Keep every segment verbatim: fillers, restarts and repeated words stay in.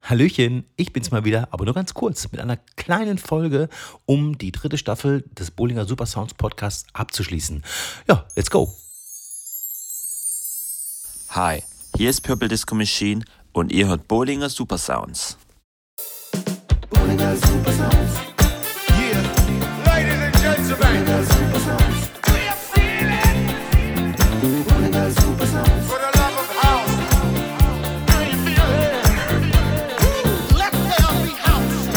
Hallöchen, ich bin's mal wieder, aber nur ganz kurz mit einer kleinen Folge, um die dritte Staffel des Bollinger Super Sounds Podcasts abzuschließen. Ja, let's go! Hi, hier ist Purple Disco Machine und ihr hört Bollinger Super Sounds. Bollinger Super Sounds. Yeah, ladies and gentlemen. Bollinger Super Sounds. Do you feel it? Bollinger Super Sounds. For the love of house. Do you feel it? Let there be house.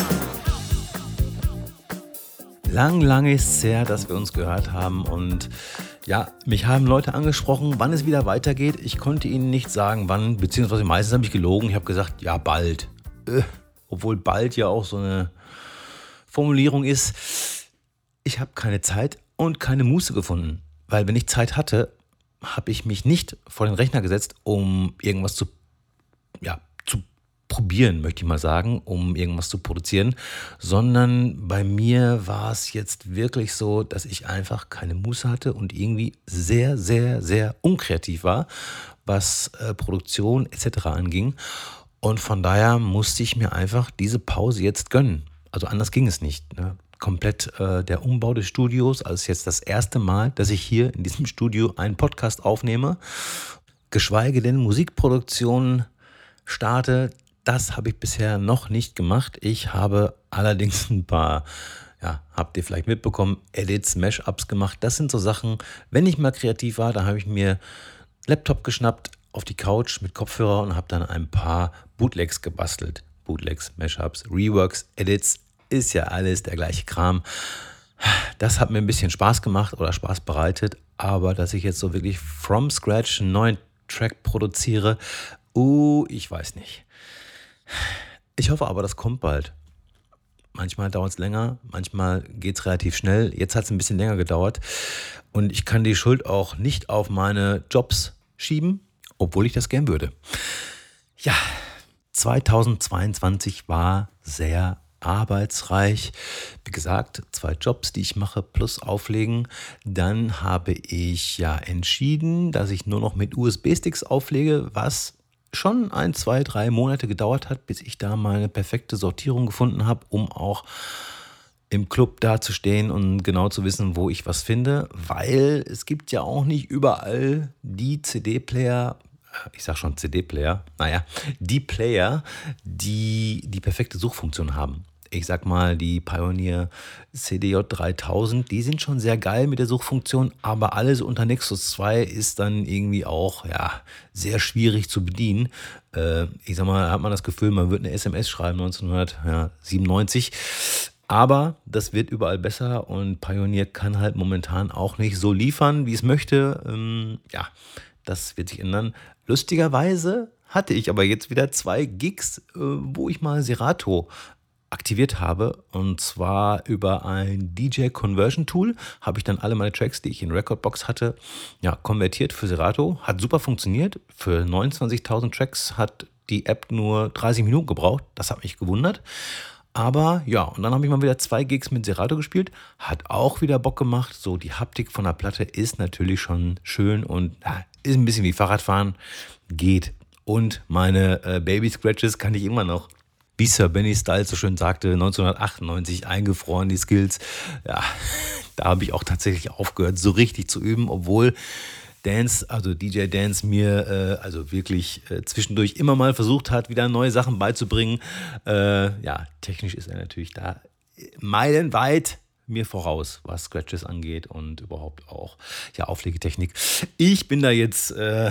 Lang, lang ist es her, dass wir uns gehört haben und ja, mich haben Leute angesprochen, wann es wieder weitergeht. Ich konnte ihnen nicht sagen, wann, beziehungsweise meistens habe ich gelogen. Ich habe gesagt, ja, bald. Äh, obwohl bald ja auch so eine Formulierung ist. Ich habe keine Zeit und keine Muße gefunden. Weil wenn ich Zeit hatte, habe ich mich nicht vor den Rechner gesetzt, um irgendwas zu, ja, zu probieren, möchte ich mal sagen, um irgendwas zu produzieren, sondern bei mir war es jetzt wirklich so, dass ich einfach keine Muße hatte und irgendwie sehr, sehr, sehr unkreativ war, was äh, Produktion et cetera anging. Und von daher musste ich mir einfach diese Pause jetzt gönnen. Also anders ging es nicht. Ne? Komplett äh, der Umbau des Studios, also jetzt das erste Mal, dass ich hier in diesem Studio einen Podcast aufnehme, geschweige denn Musikproduktion starte. Das habe ich bisher noch nicht gemacht. Ich habe allerdings ein paar, ja, habt ihr vielleicht mitbekommen, Edits, Mashups gemacht. Das sind so Sachen, wenn ich mal kreativ war, da habe ich mir Laptop geschnappt, auf die Couch mit Kopfhörer und habe dann ein paar Bootlegs gebastelt. Bootlegs, Mashups, Reworks, Edits, ist ja alles der gleiche Kram. Das hat mir ein bisschen Spaß gemacht oder Spaß bereitet, aber dass ich jetzt so wirklich from scratch einen neuen Track produziere, uh, ich weiß nicht. Ich hoffe aber, das kommt bald. Manchmal dauert es länger, manchmal geht es relativ schnell. Jetzt hat es ein bisschen länger gedauert und ich kann die Schuld auch nicht auf meine Jobs schieben, obwohl ich das gern würde. Ja, zweitausendzweiundzwanzig war sehr arbeitsreich. Wie gesagt, zwei Jobs, die ich mache, plus Auflegen. Dann habe ich ja entschieden, dass ich nur noch mit U S B-Sticks auflege, was schon ein, zwei, drei Monate gedauert hat, bis ich da meine perfekte Sortierung gefunden habe, um auch im Club dazustehen und genau zu wissen, wo ich was finde, weil es gibt ja auch nicht überall die C D-Player, ich sag schon C D-Player, naja, die Player, die die perfekte Suchfunktion haben. Ich sag mal, die Pioneer C D J dreitausend, die sind schon sehr geil mit der Suchfunktion, aber alles unter Nexus zwei ist dann irgendwie auch, ja, sehr schwierig zu bedienen. Äh, ich sag mal, da hat man das Gefühl, man wird eine S M S schreiben neunzehnhundertsiebenundneunzig. Aber das wird überall besser und Pioneer kann halt momentan auch nicht so liefern, wie es möchte. Ähm, ja, das wird sich ändern. Lustigerweise hatte ich aber jetzt wieder zwei Gigs, äh, wo ich mal Serato aktiviert habe, und zwar über ein D J-Conversion-Tool habe ich dann alle meine Tracks, die ich in Recordbox hatte, ja, konvertiert für Serato. Hat super funktioniert. Für neunundzwanzigtausend Tracks hat die App nur dreißig Minuten gebraucht. Das hat mich gewundert. Aber ja, und dann habe ich mal wieder zwei Gigs mit Serato gespielt. Hat auch wieder Bock gemacht. So, die Haptik von der Platte ist natürlich schon schön und ja, ist ein bisschen wie Fahrradfahren. Geht. Und meine äh, Baby-Scratches kann ich immer noch, wie Sir Benny Styles so schön sagte, neunzehnhundertachtundneunzig eingefroren, die Skills. Ja, da habe ich auch tatsächlich aufgehört, so richtig zu üben, obwohl Dance, also D J Dance mir äh, also wirklich äh, zwischendurch immer mal versucht hat, wieder neue Sachen beizubringen. Äh, ja, technisch ist er natürlich da meilenweit mir voraus, was Scratches angeht und überhaupt auch ja, Auflegetechnik. Ich bin da jetzt äh,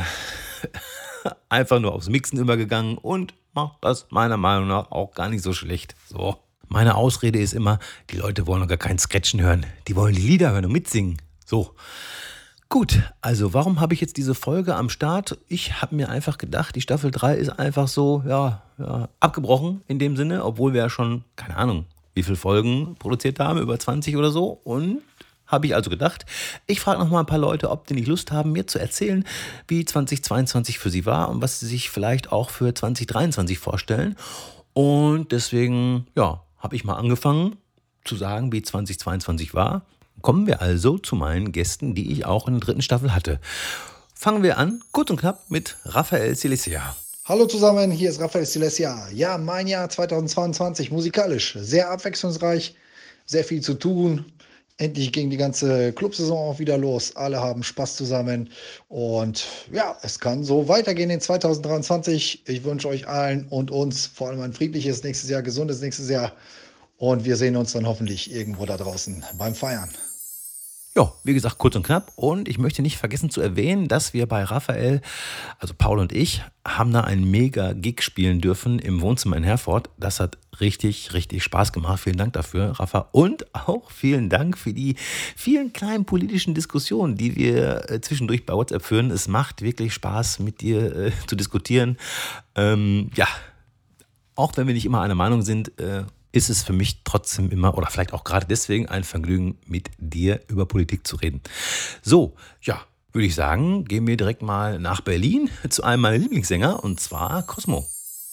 einfach nur aufs Mixen übergegangen und macht das meiner Meinung nach auch gar nicht so schlecht. So. Meine Ausrede ist immer, die Leute wollen noch gar kein Scratchen hören. Die wollen die Lieder hören und mitsingen. So. Gut, also warum habe ich jetzt diese Folge am Start? Ich habe mir einfach gedacht, die Staffel drei ist einfach so, ja, ja, abgebrochen in dem Sinne, obwohl wir ja schon, keine Ahnung, wie viele Folgen produziert haben, über zwanzig oder so. Und habe ich also gedacht, ich frage noch mal ein paar Leute, ob die nicht Lust haben, mir zu erzählen, wie zweitausendzweiundzwanzig für sie war und was sie sich vielleicht auch für zweitausenddreiundzwanzig vorstellen. Und deswegen, ja, habe ich mal angefangen zu sagen, wie zweitausendzweiundzwanzig war. Kommen wir also zu meinen Gästen, die ich auch in der dritten Staffel hatte. Fangen wir an, kurz und knapp, mit Raphael Silesia. Hallo zusammen, hier ist Raphael Silesia. Ja, mein Jahr zweitausendzweiundzwanzig musikalisch sehr abwechslungsreich, sehr viel zu tun. Endlich ging die ganze Clubsaison auch wieder los. Alle haben Spaß zusammen. Und ja, es kann so weitergehen in zweitausenddreiundzwanzig. Ich wünsche euch allen und uns vor allem ein friedliches nächstes Jahr, gesundes nächstes Jahr. Und wir sehen uns dann hoffentlich irgendwo da draußen beim Feiern. Ja, wie gesagt, kurz und knapp. Und ich möchte nicht vergessen zu erwähnen, dass wir bei Raphael, also Paul und ich, haben da einen mega Gig spielen dürfen im Wohnzimmer in Herford. Das hat richtig, richtig Spaß gemacht. Vielen Dank dafür, Rafa. Und auch vielen Dank für die vielen kleinen politischen Diskussionen, die wir äh, zwischendurch bei WhatsApp führen. Es macht wirklich Spaß, mit dir äh, zu diskutieren. Ähm, ja, auch wenn wir nicht immer einer Meinung sind, äh, ist es für mich trotzdem immer oder vielleicht auch gerade deswegen ein Vergnügen, mit dir über Politik zu reden. So, ja, würde ich sagen, gehen wir direkt mal nach Berlin zu einem meiner Lieblingssänger und zwar Cosmo.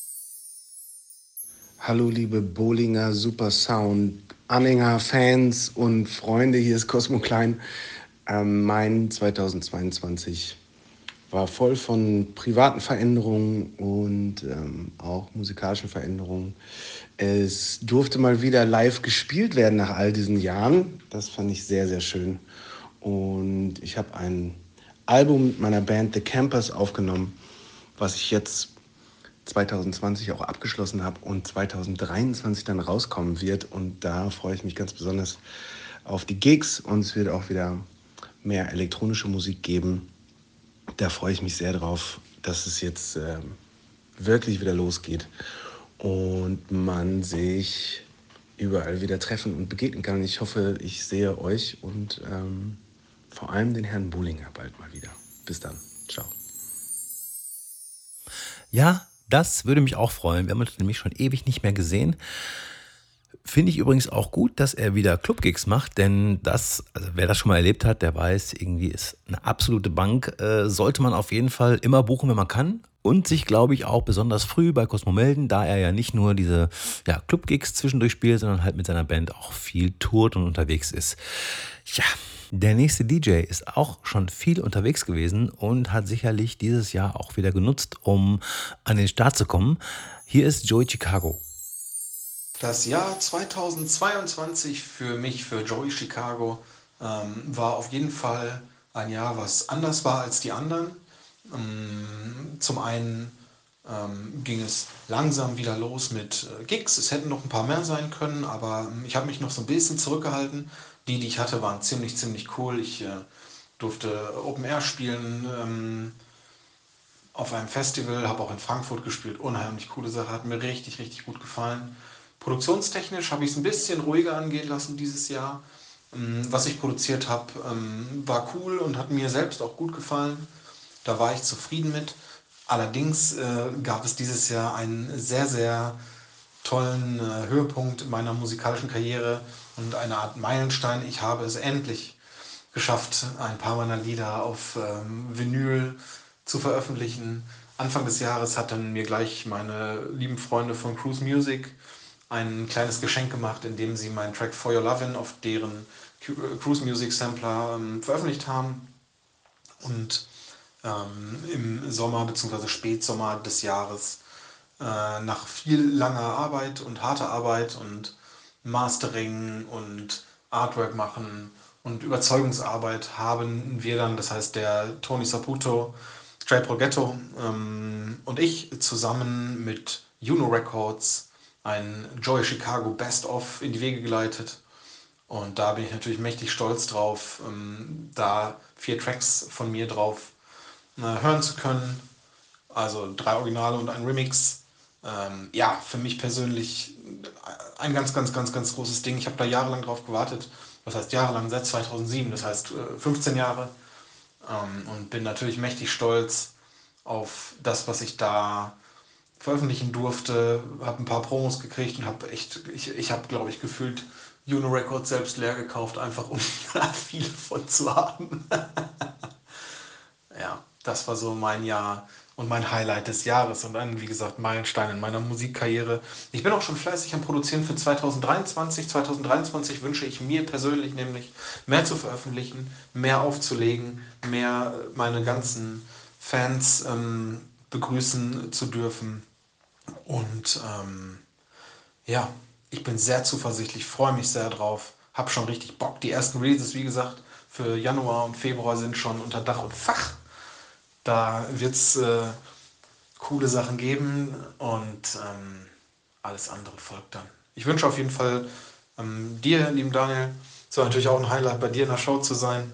Hallo liebe Bolinger Super Sound Anhänger, Fans und Freunde, hier ist Cosmo Klein. Ähm, mein zweitausendzweiundzwanzig war voll von privaten Veränderungen und ähm, auch musikalischen Veränderungen. Es durfte mal wieder live gespielt werden nach all diesen Jahren. Das fand ich sehr, sehr schön. Und ich habe ein Album mit meiner Band The Campers aufgenommen, was ich jetzt zweitausendzwanzig auch abgeschlossen habe und zweitausenddreiundzwanzig dann rauskommen wird. Und da freue ich mich ganz besonders auf die Gigs und es wird auch wieder mehr elektronische Musik geben. Da freue ich mich sehr drauf, dass es jetzt äh, wirklich wieder losgeht und man sich überall wieder treffen und begegnen kann. Ich hoffe, ich sehe euch und ähm, vor allem den Herrn Bolinger bald mal wieder. Bis dann. Ciao. Ja, das würde mich auch freuen. Wir haben uns nämlich schon ewig nicht mehr gesehen. Finde ich übrigens auch gut, dass er wieder Clubgigs macht, denn das, also wer das schon mal erlebt hat, der weiß, irgendwie ist eine absolute Bank. Äh, sollte man auf jeden Fall immer buchen, wenn man kann. Und sich, glaube ich, auch besonders früh bei Cosmo melden, da er ja nicht nur diese ja, Clubgigs zwischendurch spielt, sondern halt mit seiner Band auch viel tourt und unterwegs ist. Ja, der nächste D J ist auch schon viel unterwegs gewesen und hat sicherlich dieses Jahr auch wieder genutzt, um an den Start zu kommen. Hier ist Joey Chicago. Das Jahr zweitausendzweiundzwanzig für mich, für Joey Chicago, ähm, war auf jeden Fall ein Jahr, was anders war als die anderen. Ähm, zum einen ähm, ging es langsam wieder los mit äh, Gigs. Es hätten noch ein paar mehr sein können, aber ähm, ich habe mich noch so ein bisschen zurückgehalten. Die, die ich hatte, waren ziemlich, ziemlich cool. Ich äh, durfte Open Air spielen ähm, auf einem Festival, habe auch in Frankfurt gespielt. Unheimlich coole Sache, hat mir richtig, richtig gut gefallen. Produktionstechnisch habe ich es ein bisschen ruhiger angehen lassen dieses Jahr. Ähm, Was ich produziert habe, ähm, war cool und hat mir selbst auch gut gefallen. Da war ich zufrieden mit. Allerdings äh, gab es dieses Jahr einen sehr, sehr tollen äh, Höhepunkt meiner musikalischen Karriere und eine Art Meilenstein. Ich habe es endlich geschafft, ein paar meiner Lieder auf ähm, Vinyl zu veröffentlichen. Anfang des Jahres hatten mir gleich meine lieben Freunde von Cruise Music ein kleines Geschenk gemacht, indem sie meinen Track For Your Lovin' auf deren Cruise Music Sampler ähm, veröffentlicht haben. Und ähm, im Sommer bzw. Spätsommer des Jahres äh, nach viel langer Arbeit und harter Arbeit und Mastering und Artwork machen und Überzeugungsarbeit haben wir dann, das heißt der Tony Saputo, Trey Progetto ähm, und ich zusammen mit Juno Records ein Joey Chicago Best of in die Wege geleitet. Und da bin ich natürlich mächtig stolz drauf, ähm, da vier Tracks von mir drauf äh, hören zu können. Also drei Originale und ein Remix. Ähm, ja, für mich persönlich ein ganz, ganz, ganz, ganz großes Ding. Ich habe da jahrelang drauf gewartet. Das heißt jahrelang, seit zweitausendsieben, das heißt äh, fünfzehn Jahre. Ähm, und bin natürlich mächtig stolz auf das, was ich da veröffentlichen durfte. Habe ein paar Promos gekriegt und habe echt, ich, ich habe, glaube ich, gefühlt Juno Records selbst leer gekauft, einfach um da viele von zu haben. Ja, das war so mein Jahr und mein Highlight des Jahres und dann, wie gesagt, Meilenstein in meiner Musikkarriere. Ich bin auch schon fleißig am Produzieren für zweitausenddreiundzwanzig. zweitausenddreiundzwanzig wünsche ich mir persönlich nämlich mehr zu veröffentlichen, mehr aufzulegen, mehr meine ganzen Fans ähm, begrüßen zu dürfen. Und ähm, ja, ich bin sehr zuversichtlich, freue mich sehr drauf, habe schon richtig Bock. Die ersten Releases, wie gesagt, für Januar und Februar sind schon unter Dach und Fach. Da wird es äh, coole Sachen geben und ähm, alles andere folgt dann. Ich wünsche auf jeden Fall ähm, dir, lieben Daniel, es war natürlich auch ein Highlight, bei dir in der Show zu sein.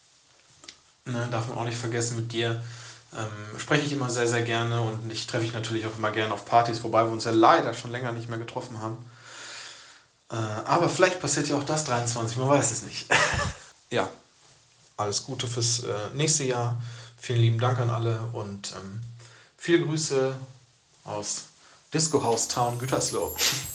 Ne, darf man auch nicht vergessen, mit dir ähm, spreche ich immer sehr, sehr gerne und ich treffe ich natürlich auch immer gerne auf Partys, wobei wir uns ja leider schon länger nicht mehr getroffen haben. Äh, aber vielleicht passiert ja auch das dreiundzwanzig, man weiß es nicht. Ja, alles Gute fürs äh, nächste Jahr. Vielen lieben Dank an alle und ähm, viele Grüße aus Disco House Town Gütersloh.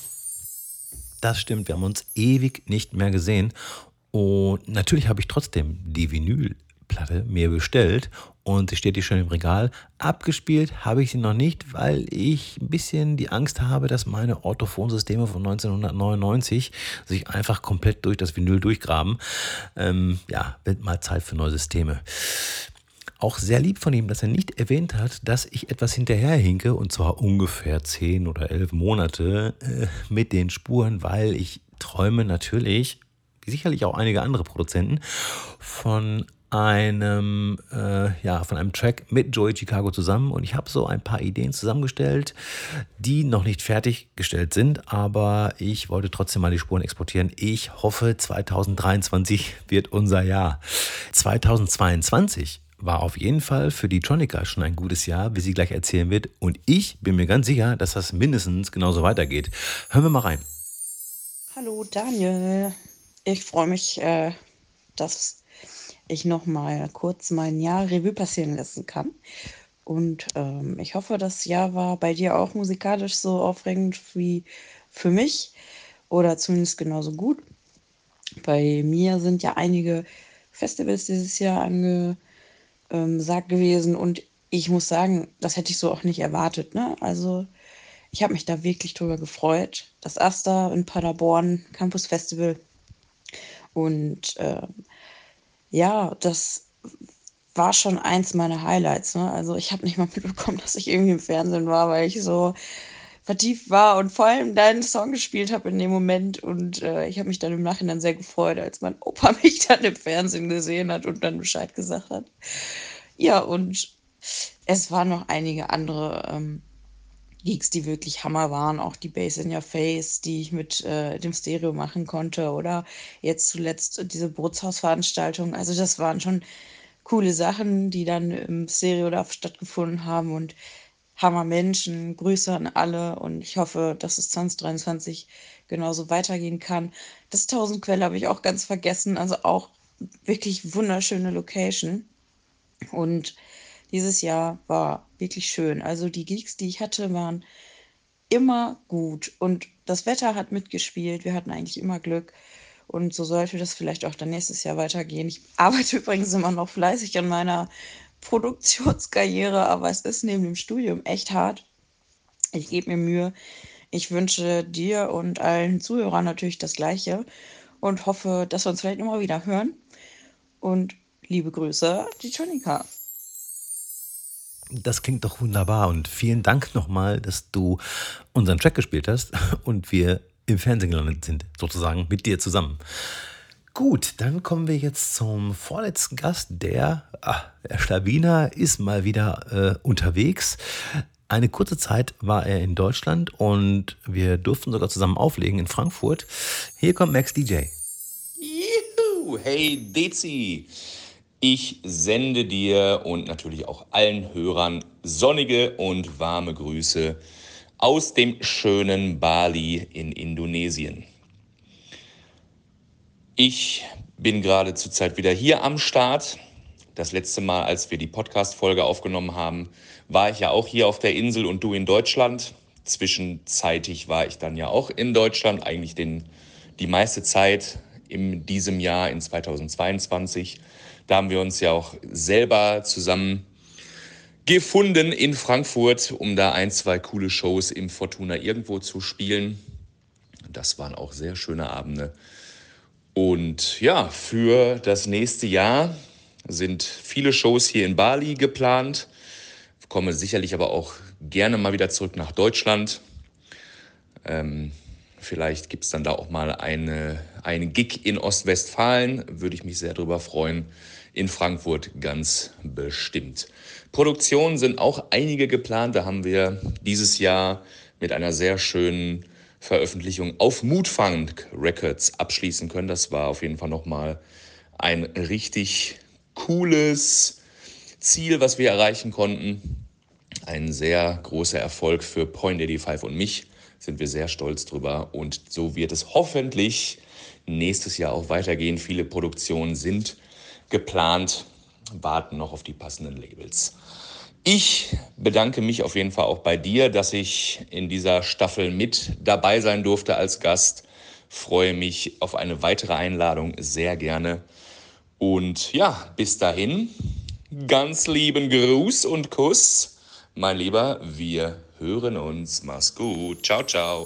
Das stimmt, wir haben uns ewig nicht mehr gesehen. Und natürlich habe ich trotzdem die Vinylplatte mir bestellt und sie steht hier schon im Regal. Abgespielt habe ich sie noch nicht, weil ich ein bisschen die Angst habe, dass meine Orthophon-Systeme von neunzehnhundertneunundneunzig sich einfach komplett durch das Vinyl durchgraben. Ähm, ja, wird mal Zeit für neue Systeme. Auch sehr lieb von ihm, dass er nicht erwähnt hat, dass ich etwas hinterherhinke, und zwar ungefähr zehn oder elf Monate äh, mit den Spuren, weil ich träume natürlich, wie sicherlich auch einige andere Produzenten, von einem, äh, ja, von einem Track mit Joey Chicago zusammen, und ich habe so ein paar Ideen zusammengestellt, die noch nicht fertiggestellt sind, aber ich wollte trotzdem mal die Spuren exportieren. Ich hoffe, zweitausenddreiundzwanzig wird unser Jahr. zweitausendzweiundzwanzig war auf jeden Fall für die Tronika schon ein gutes Jahr, wie sie gleich erzählen wird. Und ich bin mir ganz sicher, dass das mindestens genauso weitergeht. Hören wir mal rein. Hallo Daniel, ich freue mich, äh, dass ich noch mal kurz mein Jahr Revue passieren lassen kann. Und ähm, ich hoffe, das Jahr war bei dir auch musikalisch so aufregend wie für mich oder zumindest genauso gut. Bei mir sind ja einige Festivals dieses Jahr ange ähm, sagt gewesen und ich muss sagen, das hätte ich so auch nicht erwartet, ne? Also ich habe mich da wirklich drüber gefreut. Das Asta in Paderborn Campus Festival und ähm, ja, das war schon eins meiner Highlights, ne? Also ich habe nicht mal mitbekommen, dass ich irgendwie im Fernsehen war, weil ich so vertieft war und vor allem deinen Song gespielt habe in dem Moment und äh, ich habe mich dann im Nachhinein sehr gefreut, als mein Opa mich dann im Fernsehen gesehen hat und dann Bescheid gesagt hat. Ja, und es waren noch einige andere ähm, Gigs, die wirklich Hammer waren, auch die Bass in Your Face, die ich mit äh, dem Stereo machen konnte oder jetzt zuletzt diese Bootshausveranstaltung. Also das waren schon coole Sachen, die dann im Stereo da stattgefunden haben und Hammer Menschen, Grüße an alle und ich hoffe, dass es zwanzig dreiundzwanzig genauso weitergehen kann. Das Tausendquelle habe ich auch ganz vergessen, also auch wirklich wunderschöne Location und dieses Jahr war wirklich schön. Also die Gigs, die ich hatte, waren immer gut und das Wetter hat mitgespielt. Wir hatten eigentlich immer Glück und so sollte das vielleicht auch dann nächstes Jahr weitergehen. Ich arbeite übrigens immer noch fleißig an meiner Produktionskarriere, aber es ist neben dem Studium echt hart. Ich gebe mir Mühe. Ich wünsche dir und allen Zuhörern natürlich das Gleiche und hoffe, dass wir uns vielleicht immer wieder hören. Und liebe Grüße, die Tronika. Das klingt doch wunderbar und vielen Dank nochmal, dass du unseren Track gespielt hast und wir im Fernsehen gelandet sind, sozusagen mit dir zusammen. Gut, dann kommen wir jetzt zum vorletzten Gast. Der, ah, der Schlawiner ist mal wieder äh, unterwegs. Eine kurze Zeit war er in Deutschland und wir durften sogar zusammen auflegen in Frankfurt. Hier kommt Max D J. Juhu, hey Dezi. Ich sende dir und natürlich auch allen Hörern sonnige und warme Grüße aus dem schönen Bali in Indonesien. Ich bin gerade zurzeit wieder hier am Start. Das letzte Mal, als wir die Podcast-Folge aufgenommen haben, war ich ja auch hier auf der Insel und du in Deutschland. Zwischenzeitig war ich dann ja auch in Deutschland, eigentlich den, die meiste Zeit in diesem Jahr, in zweitausendzweiundzwanzig. Da haben wir uns ja auch selber zusammen gefunden in Frankfurt, um da ein, zwei coole Shows im Fortuna irgendwo zu spielen. Das waren auch sehr schöne Abende. Und ja, für das nächste Jahr sind viele Shows hier in Bali geplant. komme sicherlich aber auch gerne mal wieder zurück nach Deutschland. Ähm, vielleicht gibt es dann da auch mal eine, einen Gig in Ostwestfalen, würde ich mich sehr darüber freuen. In Frankfurt ganz bestimmt. Produktionen sind auch einige geplant. Da haben wir dieses Jahr mit einer sehr schönen Veröffentlichung auf Mutfang Records abschließen können. Das war auf jeden Fall nochmal ein richtig cooles Ziel, was wir erreichen konnten. Ein sehr großer Erfolg für Point fünfundachtzig und mich. Sind wir sehr stolz drüber. Und so wird es hoffentlich nächstes Jahr auch weitergehen. Viele Produktionen sind geplant, warten noch auf die passenden Labels. Ich bedanke mich auf jeden Fall auch bei dir, dass ich in dieser Staffel mit dabei sein durfte als Gast. Freue mich auf eine weitere Einladung sehr gerne. Und ja, bis dahin, ganz lieben Gruß und Kuss. Mein Lieber, wir hören uns. Mach's gut. Ciao, ciao.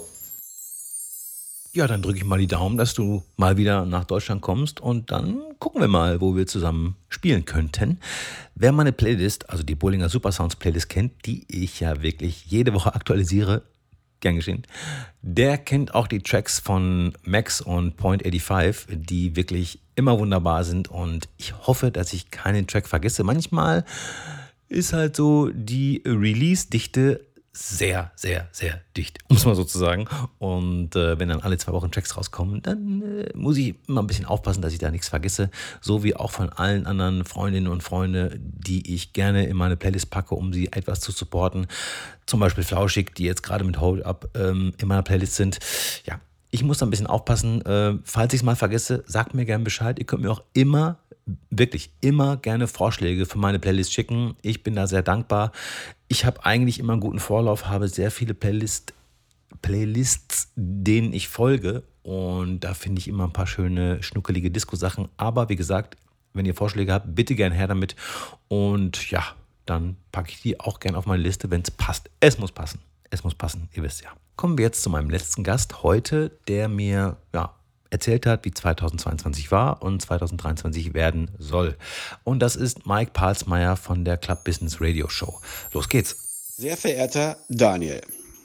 Ja, dann drücke ich mal die Daumen, dass du mal wieder nach Deutschland kommst und dann gucken wir mal, wo wir zusammen spielen könnten. Wer meine Playlist, also die Bollinger Supersounds Playlist kennt, die ich ja wirklich jede Woche aktualisiere, gern geschehen, der kennt auch die Tracks von Max und Point fünfundachtzig, die wirklich immer wunderbar sind und ich hoffe, dass ich keinen Track vergesse. Manchmal ist halt so die Release-Dichte sehr, sehr, sehr dicht, um es mal so zu sagen. Und äh, wenn dann alle zwei Wochen Tracks rauskommen, dann äh, muss ich immer ein bisschen aufpassen, dass ich da nichts vergesse. So wie auch von allen anderen Freundinnen und Freunden, die ich gerne in meine Playlist packe, um sie etwas zu supporten. Zum Beispiel Flauschig, die jetzt gerade mit Hold Up ähm, in meiner Playlist sind. Ja, ich muss da ein bisschen aufpassen. Äh, falls ich es mal vergesse, sagt mir gerne Bescheid. Ihr könnt mir auch immer wirklich immer gerne Vorschläge für meine Playlist schicken. Ich bin da sehr dankbar. Ich habe eigentlich immer einen guten Vorlauf, habe sehr viele Playlist, Playlists, denen ich folge. Und da finde ich immer ein paar schöne, schnuckelige Disco-Sachen. Aber wie gesagt, wenn ihr Vorschläge habt, bitte gerne her damit. Und ja, dann packe ich die auch gerne auf meine Liste, wenn es passt. Es muss passen. Es muss passen, ihr wisst ja. Kommen wir jetzt zu meinem letzten Gast heute, der mir ja, erzählt hat, wie zweitausendzweiundzwanzig war und zweitausenddreiundzwanzig werden soll. Und das ist Mike Palsmeier von der Club Business Radio Show. Los geht's. Sehr verehrter Daniel,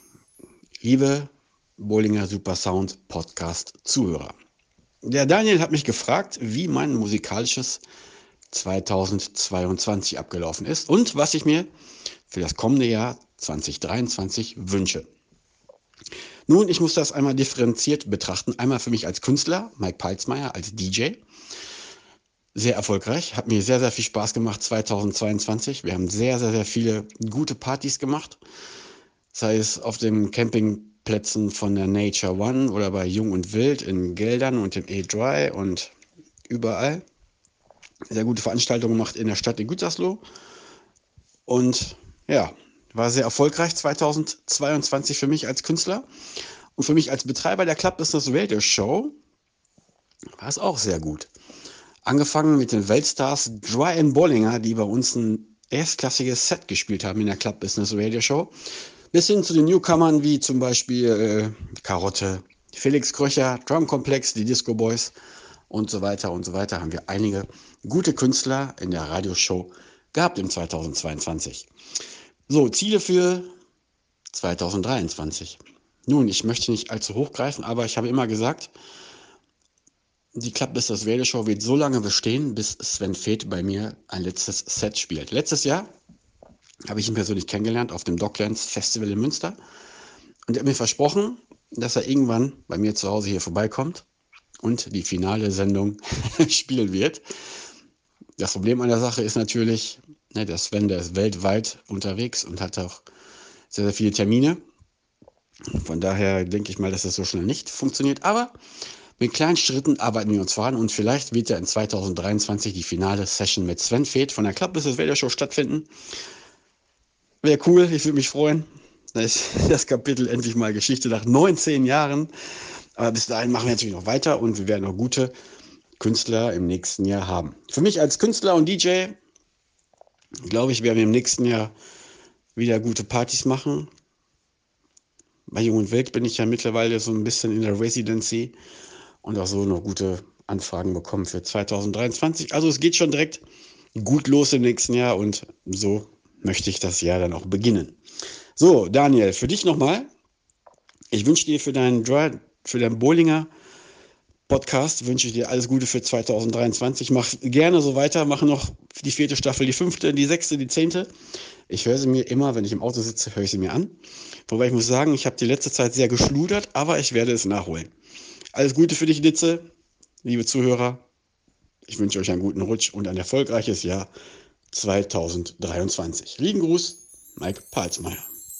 liebe Bollinger Supersound Podcast Zuhörer. Der Daniel hat mich gefragt, wie mein musikalisches zweitausendzweiundzwanzig abgelaufen ist und was ich mir für das kommende Jahr zweitausenddreiundzwanzig wünsche. Nun, ich muss das einmal differenziert betrachten. Einmal für mich als Künstler, Mike Palsmeier als D J. Sehr erfolgreich, hat mir sehr, sehr viel Spaß gemacht zweitausendzweiundzwanzig. Wir haben sehr, sehr, sehr viele gute Partys gemacht. Sei es auf den Campingplätzen von der Nature One oder bei Jung und Wild in Geldern und im E-Dry und überall. Sehr gute Veranstaltungen gemacht in der Stadt in Gütersloh. Und ja, war sehr erfolgreich zweitausendzweiundzwanzig für mich als Künstler. Und für mich als Betreiber der Club Business Radio Show war es auch sehr gut. Angefangen mit den Weltstars Dry and Bollinger, die bei uns ein erstklassiges Set gespielt haben in der Club Business Radio Show, bis hin zu den Newcomern wie zum Beispiel äh, Karotte, Felix Kröcher, Drumkomplex, die Disco Boys und so weiter und so weiter, haben wir einige gute Künstler in der Radioshow gehabt im zweitausendzweiundzwanzig. So, Ziele für zweitausenddreiundzwanzig. Nun, ich möchte nicht allzu hoch greifen, aber ich habe immer gesagt, die Club Business Radio Show wird so lange bestehen, bis Sven Feth bei mir ein letztes Set spielt. Letztes Jahr habe ich ihn persönlich kennengelernt auf dem Docklands Festival in Münster und er hat mir versprochen, dass er irgendwann bei mir zu Hause hier vorbeikommt und die finale Sendung spielen wird. Das Problem an der Sache ist natürlich, ne, der Sven, der ist weltweit unterwegs und hat auch sehr, sehr viele Termine. Von daher denke ich mal, dass das so schnell nicht funktioniert. Aber mit kleinen Schritten arbeiten wir uns voran und vielleicht wird ja in zweitausenddreiundzwanzig die finale Session mit Sven Feth von der Club Business Radio Show stattfinden. Wäre cool, ich würde mich freuen. Da ist das Kapitel endlich mal Geschichte nach neunzehn Jahren. Aber bis dahin machen wir natürlich noch weiter und wir werden noch gute Künstler im nächsten Jahr haben. Für mich als Künstler und D J glaube ich, werden wir im nächsten Jahr wieder gute Partys machen. Bei Jung und Wild bin ich ja mittlerweile so ein bisschen in der Residency und auch so noch gute Anfragen bekommen für zweitausenddreiundzwanzig. Also es geht schon direkt gut los im nächsten Jahr und so möchte ich das Jahr dann auch beginnen. So, Daniel, für dich nochmal. Ich wünsche dir für deinen, Dry, für deinen Bowlinger Podcast, wünsche ich dir alles Gute für zwanzig dreiundzwanzig. Mach gerne so weiter, mache noch die vierte Staffel, die fünfte, die sechste, die zehnte. Ich höre sie mir immer, wenn ich im Auto sitze, höre ich sie mir an. Wobei ich muss sagen, ich habe die letzte Zeit sehr geschludert, aber ich werde es nachholen. Alles Gute für dich, Litze, liebe Zuhörer. Ich wünsche euch einen guten Rutsch und ein erfolgreiches Jahr zwanzig dreiundzwanzig. Lieben Gruß, Mike Palsmeier.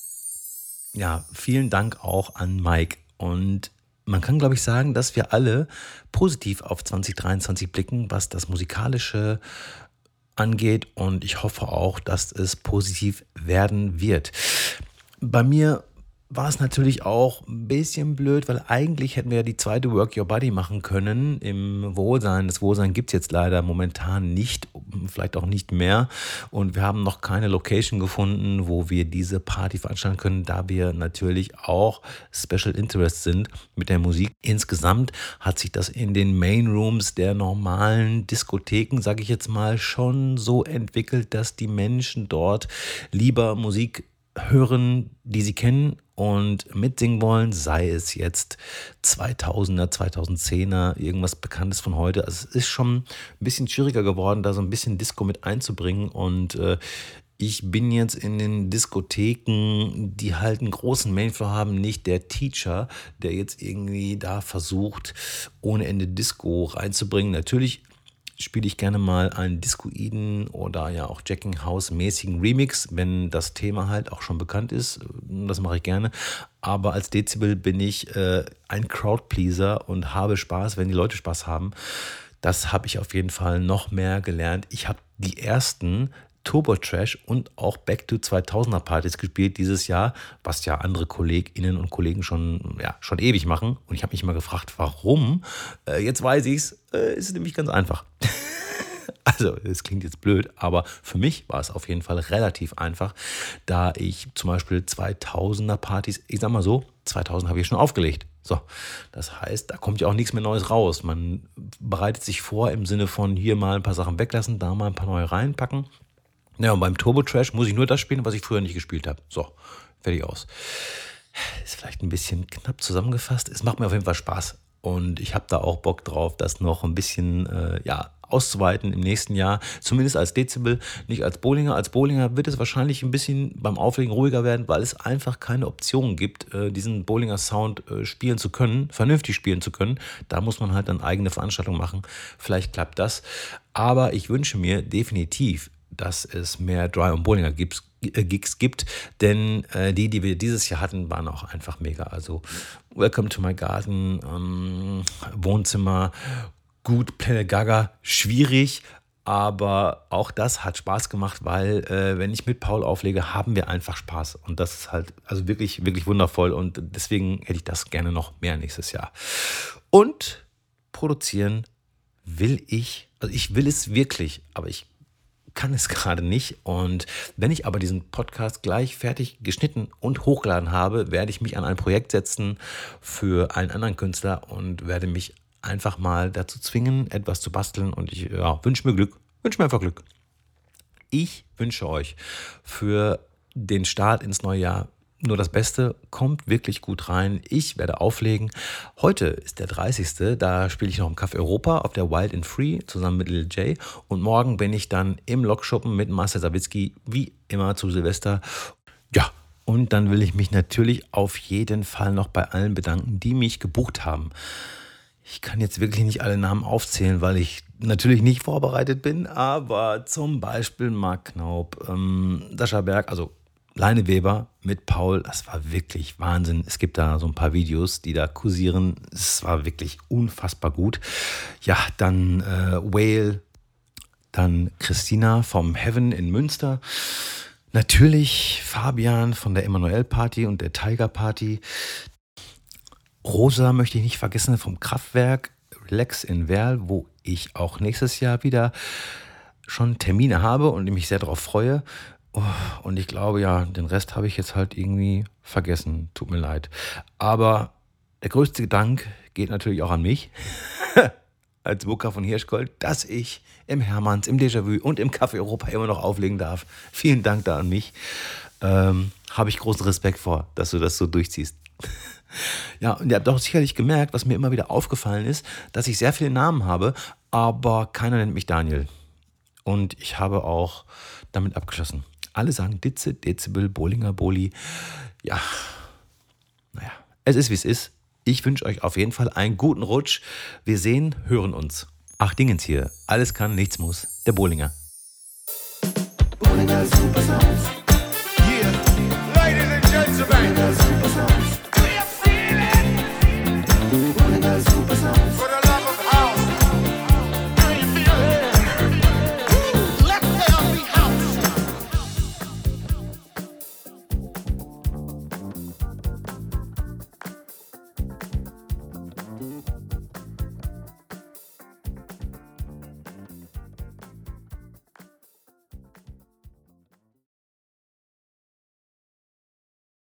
Ja, vielen Dank auch an Mike. Und man kann, glaube ich, sagen, dass wir alle positiv auf zwanzig dreiundzwanzig blicken, was das Musikalische angeht. Und ich hoffe auch, dass es positiv werden wird. Bei mir war es natürlich auch ein bisschen blöd, weil eigentlich hätten wir ja die zweite Work Your Body machen können im Wohlsein. Das Wohlsein gibt es jetzt leider momentan nicht, vielleicht auch nicht mehr. Und wir haben noch keine Location gefunden, wo wir diese Party veranstalten können, da wir natürlich auch Special Interest sind mit der Musik. Insgesamt hat sich das in den Main Rooms der normalen Diskotheken, sage ich jetzt mal, schon so entwickelt, dass die Menschen dort lieber Musik hören, die sie kennen und mitsingen wollen, sei es jetzt zweitausender, zweitausendzehner, irgendwas Bekanntes von heute. Also es ist schon ein bisschen schwieriger geworden, da so ein bisschen Disco mit einzubringen und äh, ich bin jetzt in den Diskotheken, die halt einen großen Mainflow haben, nicht der Teacher, der jetzt irgendwie da versucht, ohne Ende Disco reinzubringen. Natürlich spiele ich gerne mal einen Discoiden oder ja auch Jacking House-mäßigen Remix, wenn das Thema halt auch schon bekannt ist. Das mache ich gerne. Aber als Dezibel bin ich äh, ein Crowdpleaser und habe Spaß, wenn die Leute Spaß haben. Das habe ich auf jeden Fall noch mehr gelernt. Ich habe die ersten Turbo Trash und auch Back to zweitausender Partys gespielt dieses Jahr, was ja andere KollegInnen und Kollegen schon, ja, schon ewig machen. Und ich habe mich mal gefragt, warum? Äh, jetzt weiß ich es. Äh, ist nämlich ganz einfach. Also, es klingt jetzt blöd, aber für mich war es auf jeden Fall relativ einfach, da ich zum Beispiel zweitausender Partys, ich sag mal so, zweitausend habe ich schon aufgelegt. So, das heißt, da kommt ja auch nichts mehr Neues raus. Man bereitet sich vor im Sinne von hier mal ein paar Sachen weglassen, da mal ein paar neue reinpacken. Ja, und beim Turbo Trash muss ich nur das spielen, was ich früher nicht gespielt habe. So, fertig aus. Ist vielleicht ein bisschen knapp zusammengefasst. Es macht mir auf jeden Fall Spaß. Und ich habe da auch Bock drauf, das noch ein bisschen äh, ja, auszuweiten im nächsten Jahr. Zumindest als Dezibel, nicht als Bowlinger. Als Bowlinger wird es wahrscheinlich ein bisschen beim Auflegen ruhiger werden, weil es einfach keine Option gibt, äh, diesen Bowlinger Sound äh, spielen zu können, vernünftig spielen zu können. Da muss man halt dann eigene Veranstaltungen machen. Vielleicht klappt das. Aber ich wünsche mir definitiv, dass es mehr Dry- und Bowlinger-Gigs äh, Gigs gibt, denn äh, die, die wir dieses Jahr hatten, waren auch einfach mega. Also Welcome to my Garden, ähm, Wohnzimmer, gut, Planet Gaga, schwierig, aber auch das hat Spaß gemacht, weil äh, wenn ich mit Paul auflege, haben wir einfach Spaß und das ist halt also wirklich, wirklich wundervoll und deswegen hätte ich das gerne noch mehr nächstes Jahr. Und produzieren will ich, also ich will es wirklich, aber ich kann es gerade nicht. Und wenn ich aber diesen Podcast gleich fertig geschnitten und hochgeladen habe, werde ich mich an ein Projekt setzen für einen anderen Künstler und werde mich einfach mal dazu zwingen, etwas zu basteln. Und ich ja, wünsche mir Glück. Wünsche mir einfach Glück. Ich wünsche euch für den Start ins neue Jahr nur das Beste, kommt wirklich gut rein. Ich werde auflegen. Heute ist der dreißigste Da spiele ich noch im Café Europa auf der Wild and Free zusammen mit Lil J. Und morgen bin ich dann im Lokschuppen mit Marcel Sawicki, wie immer zu Silvester. Ja, und dann will ich mich natürlich auf jeden Fall noch bei allen bedanken, die mich gebucht haben. Ich kann jetzt wirklich nicht alle Namen aufzählen, weil ich natürlich nicht vorbereitet bin, aber zum Beispiel Marc Knaub, ähm, Sascha Berg, also Leine Weber mit Paul, das war wirklich Wahnsinn. Es gibt da so ein paar Videos, die da kursieren. Es war wirklich unfassbar gut. Ja, dann äh, Whale, dann Christina vom Heaven in Münster. Natürlich Fabian von der Emanuel Party und der Tiger Party. Rosa möchte ich nicht vergessen vom Kraftwerk, Relax in Werl, wo ich auch nächstes Jahr wieder schon Termine habe und mich sehr darauf freue. Oh, und ich glaube, ja, den Rest habe ich jetzt halt irgendwie vergessen. Tut mir leid. Aber der größte Dank geht natürlich auch an mich. als Burka von Hirschgold, dass ich im Hermanns, im Déjà-vu und im Café Europa immer noch auflegen darf. Vielen Dank da an mich. Ähm, habe ich großen Respekt vor, dass du das so durchziehst. Ja, und ihr habt auch sicherlich gemerkt, was mir immer wieder aufgefallen ist, dass ich sehr viele Namen habe, aber keiner nennt mich Daniel. Und ich habe auch damit abgeschlossen. Alle sagen Ditze, Dezibel, Bollinger, Boli. Ja, naja, es ist wie es ist. Ich wünsche euch auf jeden Fall einen guten Rutsch. Wir sehen, hören uns. Ach, Dingens hier. Alles kann, nichts muss. Der Bollinger. Bollinger Super Sounds. Yeah, ladies and gentlemen.